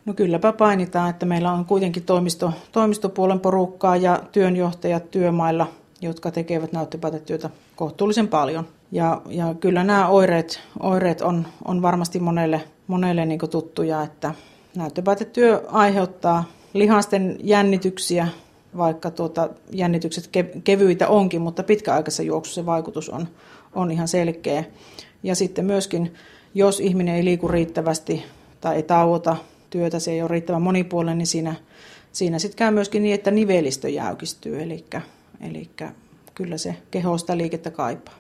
No kylläpä painitaan, että meillä on kuitenkin toimistopuolen porukkaa ja työnjohtajat työmailla, jotka tekevät näyttöpäätetyötä kohtuullisen paljon. Ja kyllä nämä oireet on varmasti monelle niin kuin tuttuja, että näyttöpäätetyö aiheuttaa lihasten jännityksiä, vaikka jännitykset kevyitä onkin, mutta pitkäaikaisessa juoksussa se vaikutus on ihan selkeä. Ja sitten myöskin, jos ihminen ei liiku riittävästi tai ei tauota työtä, se ei ole riittävän monipuolinen, niin siinä sitten käy myöskin niin, että nivelistö jäykistyy, eli kyllä se keho sitä liikettä kaipaa.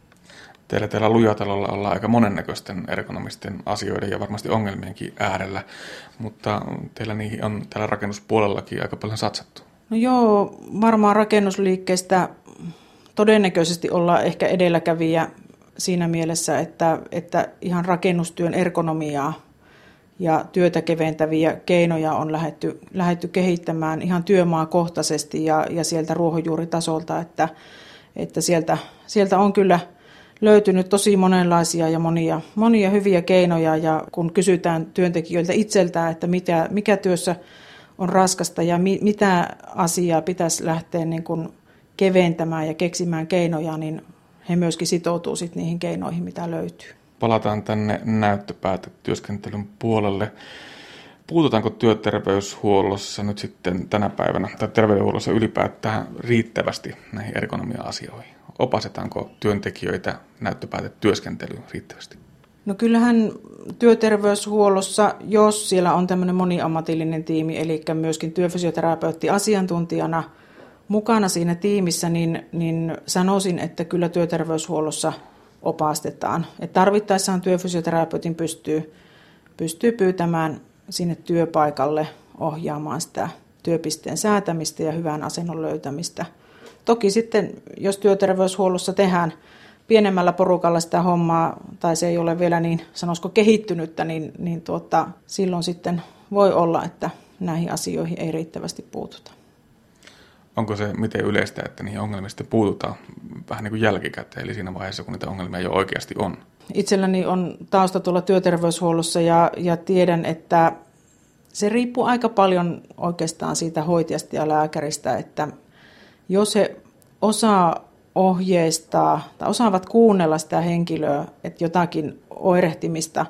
Teillä Lujatalolla ollaan aika monennäköisten ergonomisten asioiden ja varmasti ongelmienkin äärellä, mutta teillä niihin on täällä rakennuspuolellakin aika paljon satsattu. No joo, varmaan rakennusliikkeestä todennäköisesti ollaan ehkä edelläkävijä siinä mielessä, että ihan rakennustyön ergonomiaa ja työtä keventäviä keinoja on lähdetty kehittämään ihan työmaakohtaisesti ja sieltä ruohonjuuritasolta, että sieltä on kyllä löytynyt tosi monenlaisia ja monia hyviä keinoja, ja kun kysytään työntekijöiltä itseltään, että mikä työssä on raskasta ja mitä asiaa pitäisi lähteä niin kuin keventämään ja keksimään keinoja, niin he myöskin sitoutuu sit niihin keinoihin, mitä löytyy. Palataan tänne näyttöpäätetyöskentelyn puolelle. Puututaanko työterveyshuollossa nyt sitten tänä päivänä, tai terveydenhuollossa ylipäätään riittävästi näihin ergonomia-asioihin? Opasetaanko työntekijöitä näyttöpäätetyöskentelyyn riittävästi? No kyllähän työterveyshuollossa, jos siellä on tämmöinen moniammatillinen tiimi, eli myöskin työfysioterapeutti asiantuntijana mukana siinä tiimissä, niin sanoisin, että kyllä työterveyshuollossa opastetaan. Et tarvittaessaan työfysioterapeutin pystyy pyytämään sinne työpaikalle ohjaamaan sitä työpisteen säätämistä ja hyvän asennon löytämistä. Toki sitten, jos työterveyshuollossa tehdään pienemmällä porukalla sitä hommaa, tai se ei ole vielä niin, sanoisiko kehittynyttä, niin silloin sitten voi olla, että näihin asioihin ei riittävästi puututa. Onko se miten yleistä, että niihin ongelmiin sitten puututaan vähän niin kuin jälkikäteen, eli siinä vaiheessa, kun niitä ongelmia jo oikeasti on? Itselläni on tausta tuolla työterveyshuollossa ja tiedän, että se riippuu aika paljon oikeastaan siitä hoitajasta ja lääkäristä, että jos he osaa ohjeistaa tai osaavat kuunnella sitä henkilöä, että jotakin oirehtimista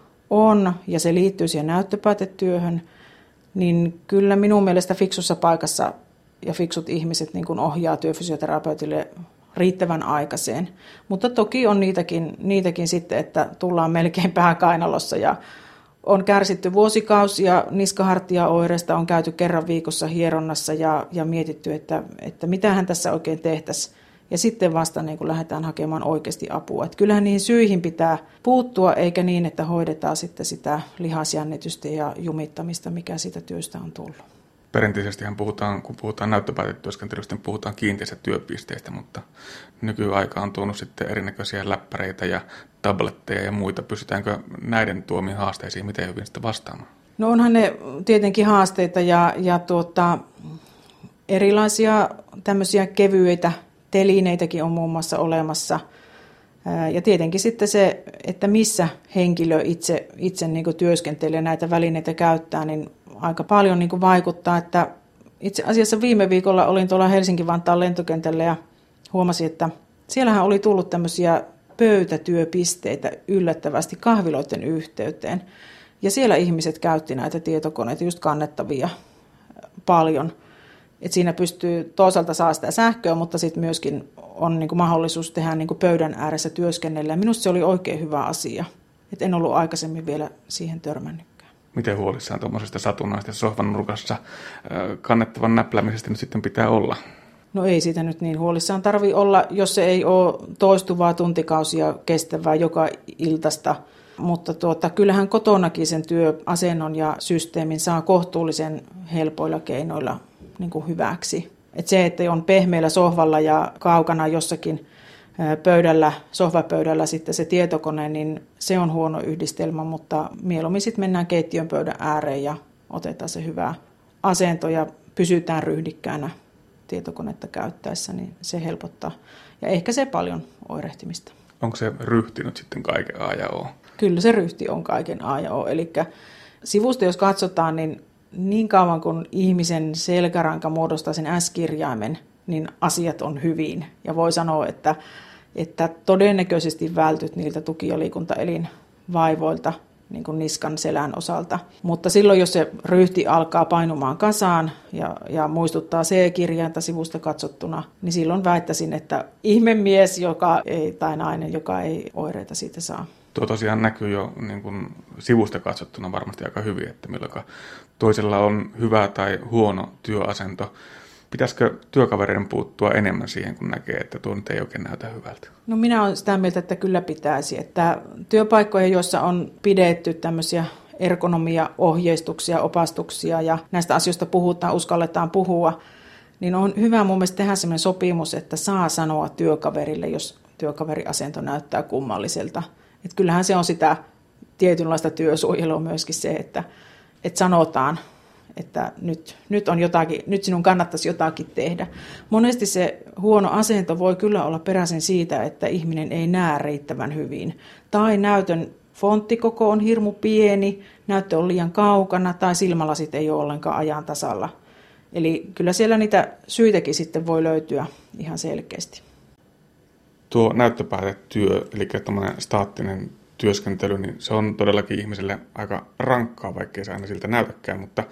on ja se liittyy siihen näyttöpäätetyöhön, niin kyllä minun mielestä fiksussa paikassa ja fiksut ihmiset niin kuin ohjaa työfysioterapeutille riittävän aikaiseen. Mutta toki on niitäkin sitten, että tullaan melkein pääkainalossa ja on kärsitty vuosikausia niskahartiaoireista, on käyty kerran viikossa hieronnassa ja mietitty, että mitähän tässä oikein tehtäisiin. Ja sitten vasta niin kun lähdetään hakemaan oikeasti apua. Että kyllähän niihin syihin pitää puuttua, eikä niin, että hoidetaan sitten sitä lihasjännitystä ja jumittamista, mikä siitä työstä on tullut. Perinteisestihän kun puhutaan näyttöpäätetyöskentelystä, niin puhutaan kiinteistä työpisteistä, mutta nykyaika on tuonut sitten erinäköisiä läppäreitä ja tabletteja ja muita. Pystytäänkö näiden tuomiin haasteisiin miten hyvin sitten vastaamaan? No onhan ne tietenkin haasteita ja erilaisia tämmöisiä kevyitä telineitäkin on muun muassa olemassa. Ja tietenkin sitten se, että missä henkilö itse niin kuin työskentelee näitä välineitä käyttää, niin aika paljon niin kuin vaikuttaa, että itse asiassa viime viikolla olin tuolla Helsinki-Vantaan lentokentällä ja huomasin, että siellähän oli tullut tämmöisiä pöytätyöpisteitä yllättävästi kahviloiden yhteyteen. Ja siellä ihmiset käytti näitä tietokoneita, just kannettavia paljon. Et siinä pystyy toisaalta saa sitä sähköä, mutta sitten myöskin on niin kuin mahdollisuus tehdä niin kuin pöydän ääressä työskennellä. Minusta se oli oikein hyvä asia. Et en ollut aikaisemmin vielä siihen törmännytkään. Miten huolissaan tuommoisesta satunnaista sohvan nurkassa kannettavan näpläämisestä nyt sitten pitää olla? No ei siitä nyt niin huolissaan tarvitse olla, jos se ei ole toistuvaa tuntikausia kestävää joka iltasta. Mutta kyllähän kotonakin sen työasennon ja systeemin saa kohtuullisen helpoilla keinoilla niin kuin hyväksi. Et se, että on pehmeällä sohvalla ja kaukana jossakin sohvapöydällä sitten se tietokone, niin se on huono yhdistelmä, mutta mieluummin sitten mennään keittiön pöydän ääreen ja otetaan se hyvä asento ja pysytään ryhdikkäänä tietokonetta käyttäessä, niin se helpottaa. Ja ehkä se paljon oirehtimista. Onko se ryhti nyt sitten kaiken A ja O? Kyllä se ryhti on kaiken A ja O, eli Sivusta jos katsotaan, niin kauan kun ihmisen selkäranka muodostaa sen S-kirjaimen, niin asiat on hyvin. Ja voi sanoa, että todennäköisesti vältyt niiltä tuki- ja liikuntaelinvaivoilta niin kuin niskan selän osalta. Mutta silloin, jos se ryhti alkaa painumaan kasaan ja muistuttaa C-kirjainta sivusta katsottuna, niin silloin väittäisin, että ihmemies tai nainen, joka ei oireita siitä saa. Tuo tosiaan näkyy jo niin kuin sivusta katsottuna varmasti aika hyvin, että milloin toisella on hyvä tai huono työasento. Pitäisikö työkavereiden puuttua enemmän siihen, kun näkee, että tuo nyt ei oikein näytä hyvältä? No minä olen sitä mieltä, että kyllä pitäisi. Että työpaikkoja, joissa on pidetty tämmöisiä ergonomia-ohjeistuksia, opastuksia ja näistä asioista uskalletaan puhua, niin on hyvä mun mielestä tehdä semmoinen sopimus, että saa sanoa työkaverille, jos työkaveriasento näyttää kummalliselta. Että kyllähän se on sitä tietynlaista työsuojelua myöskin se, että sanotaan, että nyt on jotakin, nyt sinun kannattaisi jotakin tehdä. Monesti se huono asento voi kyllä olla peräisin siitä, että ihminen ei näe riittävän hyvin. Tai näytön fonttikoko on hirmu pieni, näyttö on liian kaukana tai silmälasit ei ole ollenkaan ajan tasalla. Eli kyllä siellä niitä syitäkin sitten voi löytyä ihan selkeästi. Tuo näyttöpäätetyö, eli tämmöinen staattinen työskentely, niin se on todellakin ihmiselle aika rankkaa, vaikkei se aina siltä näytäkään, mutta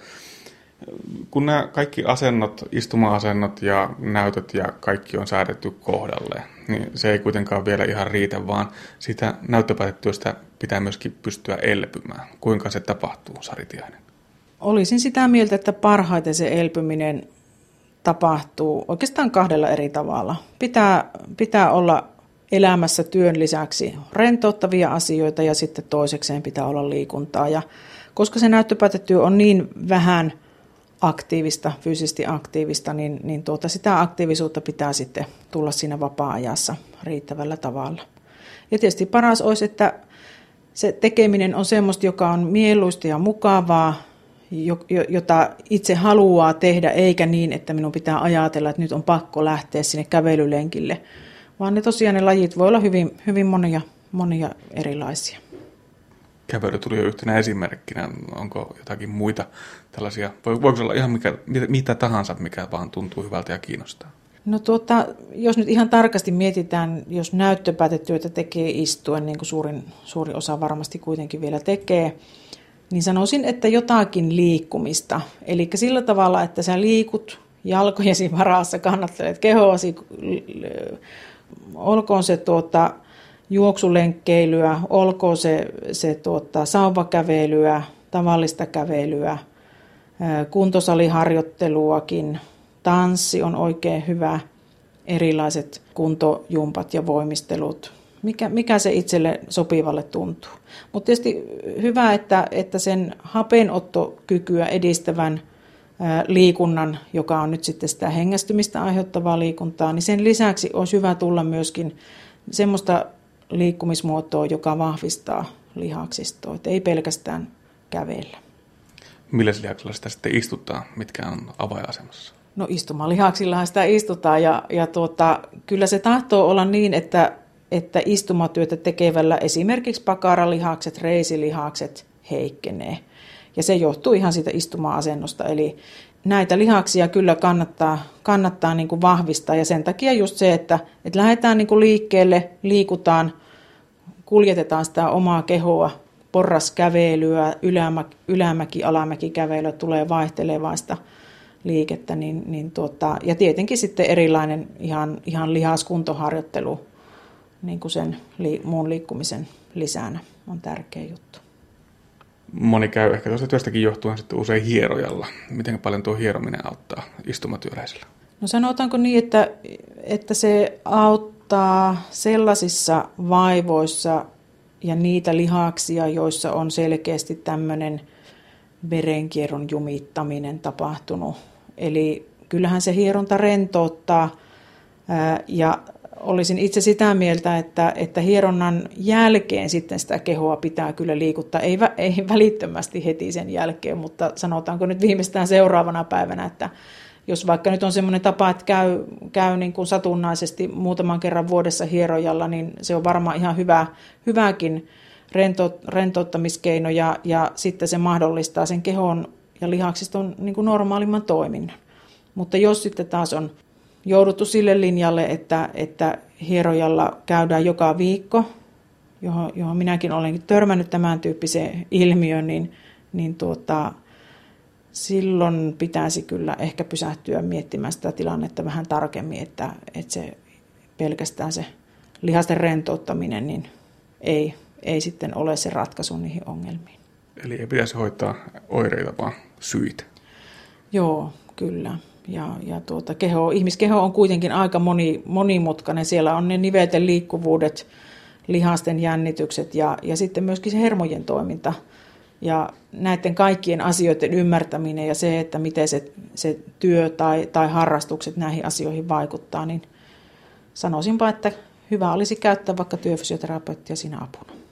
kun nämä kaikki asennot, istuma-asennot ja näytöt ja kaikki on säädetty kohdalleen, niin se ei kuitenkaan vielä ihan riitä, vaan sitä näyttöpäätetyöstä pitää myöskin pystyä elpymään. Kuinka se tapahtuu, Sari Tiainen? Olisin sitä mieltä, että parhaiten se elpyminen tapahtuu oikeastaan 2 eri tavalla. Pitää olla elämässä työn lisäksi rentouttavia asioita ja sitten toisekseen pitää olla liikuntaa. Ja koska se näyttöpäätetyö on niin vähän aktiivista, fyysisesti aktiivista, niin sitä aktiivisuutta pitää sitten tulla siinä vapaa-ajassa riittävällä tavalla. Ja tietysti paras olisi, että se tekeminen on semmoista, joka on mieluista ja mukavaa, jota itse haluaa tehdä, eikä niin, että minun pitää ajatella, että nyt on pakko lähteä sinne kävelylenkille, vaan ne lajit voi olla hyvin, hyvin monia erilaisia. Kävely tuli jo yhtenä esimerkkinä. Onko jotakin muita tällaisia? Voiko olla ihan mitä tahansa, mikä vaan tuntuu hyvältä ja kiinnostaa? No jos nyt ihan tarkasti mietitään, jos näyttöpäätetyötä tekee istuen, niin kuin suurin osa varmasti kuitenkin vielä tekee, niin sanoisin, että jotakin liikkumista. Eli sillä tavalla, että sä liikut jalkojesi varassa, kannattelet kehoasi, olkoon se juoksulenkkeilyä, olkoon se sauvakävelyä, tavallista kävelyä, kuntosaliharjoitteluakin, tanssi on oikein hyvä, erilaiset kuntojumpat ja voimistelut, mikä se itselle sopivalle tuntuu. Mutta tietysti hyvä, että sen hapenottokykyä edistävän liikunnan, joka on nyt sitten sitä hengästymistä aiheuttavaa liikuntaa, niin sen lisäksi olisi hyvä tulla myöskin semmoista liikkumismuotoa, joka vahvistaa lihaksistoa, että ei pelkästään kävellä. Millä lihaksilla sitä sitten istutaan, mitkä on avainasemassa? No istumalihaksillahan sitä istutaan ja kyllä se tahtoo olla niin, että istumatyötä tekevällä esimerkiksi pakaralihakset, reisilihakset heikkenee. Ja se johtuu ihan siitä istuma-asennosta. Eli näitä lihaksia kyllä kannattaa niin kuin vahvistaa. Ja sen takia just se, että lähdetään niin kuin liikkeelle, liikutaan, kuljetetaan sitä omaa kehoa, porraskävelyä, ylämäki-alamäki-kävelyä, tulee vaihtelevaista liikettä. Ja tietenkin sitten erilainen ihan lihaskuntoharjoittelu niin kuin sen muun liikkumisen lisänä on tärkeä juttu. Moni käy ehkä tuosta työstäkin johtuen sitten usein hierojalla. Miten paljon tuo hierominen auttaa istumatyöläisillä? No sanotaanko niin, että se auttaa sellaisissa vaivoissa ja niitä lihaksia, joissa on selkeästi tämmöinen verenkierron jumittaminen tapahtunut. Eli kyllähän se hieronta rentouttaa ja olisin itse sitä mieltä, että hieronnan jälkeen sitten sitä kehoa pitää kyllä liikuttaa. Ei välittömästi heti sen jälkeen, mutta sanotaanko nyt viimeistään seuraavana päivänä, että jos vaikka nyt on semmoinen tapa, että käy niin kuin satunnaisesti muutaman kerran vuodessa hierojalla, niin se on varmaan ihan hyväkin rentouttamiskeino ja sitten se mahdollistaa sen kehon ja lihaksiston niin kuin normaalimman toiminnan. Mutta jos sitten taas on jouduttu sille linjalle, että hierojalla käydään joka viikko, johon minäkin olen törmännyt tämän tyyppiseen ilmiön, niin silloin pitäisi kyllä ehkä pysähtyä miettimään sitä tilannetta vähän tarkemmin, että se pelkästään se lihasten rentouttaminen niin ei sitten ole se ratkaisu niihin ongelmiin. Eli ei pitäisi hoitaa oireita, vaan syitä. Joo, kyllä. Ja ihmiskeho on kuitenkin aika monimutkainen. Siellä on ne nivelten liikkuvuudet, lihasten jännitykset ja sitten myöskin se hermojen toiminta. Ja näiden kaikkien asioiden ymmärtäminen ja se, että miten se työ tai harrastukset näihin asioihin vaikuttaa, niin sanoisinpa, että hyvä olisi käyttää vaikka työfysioterapeuttia siinä apuna.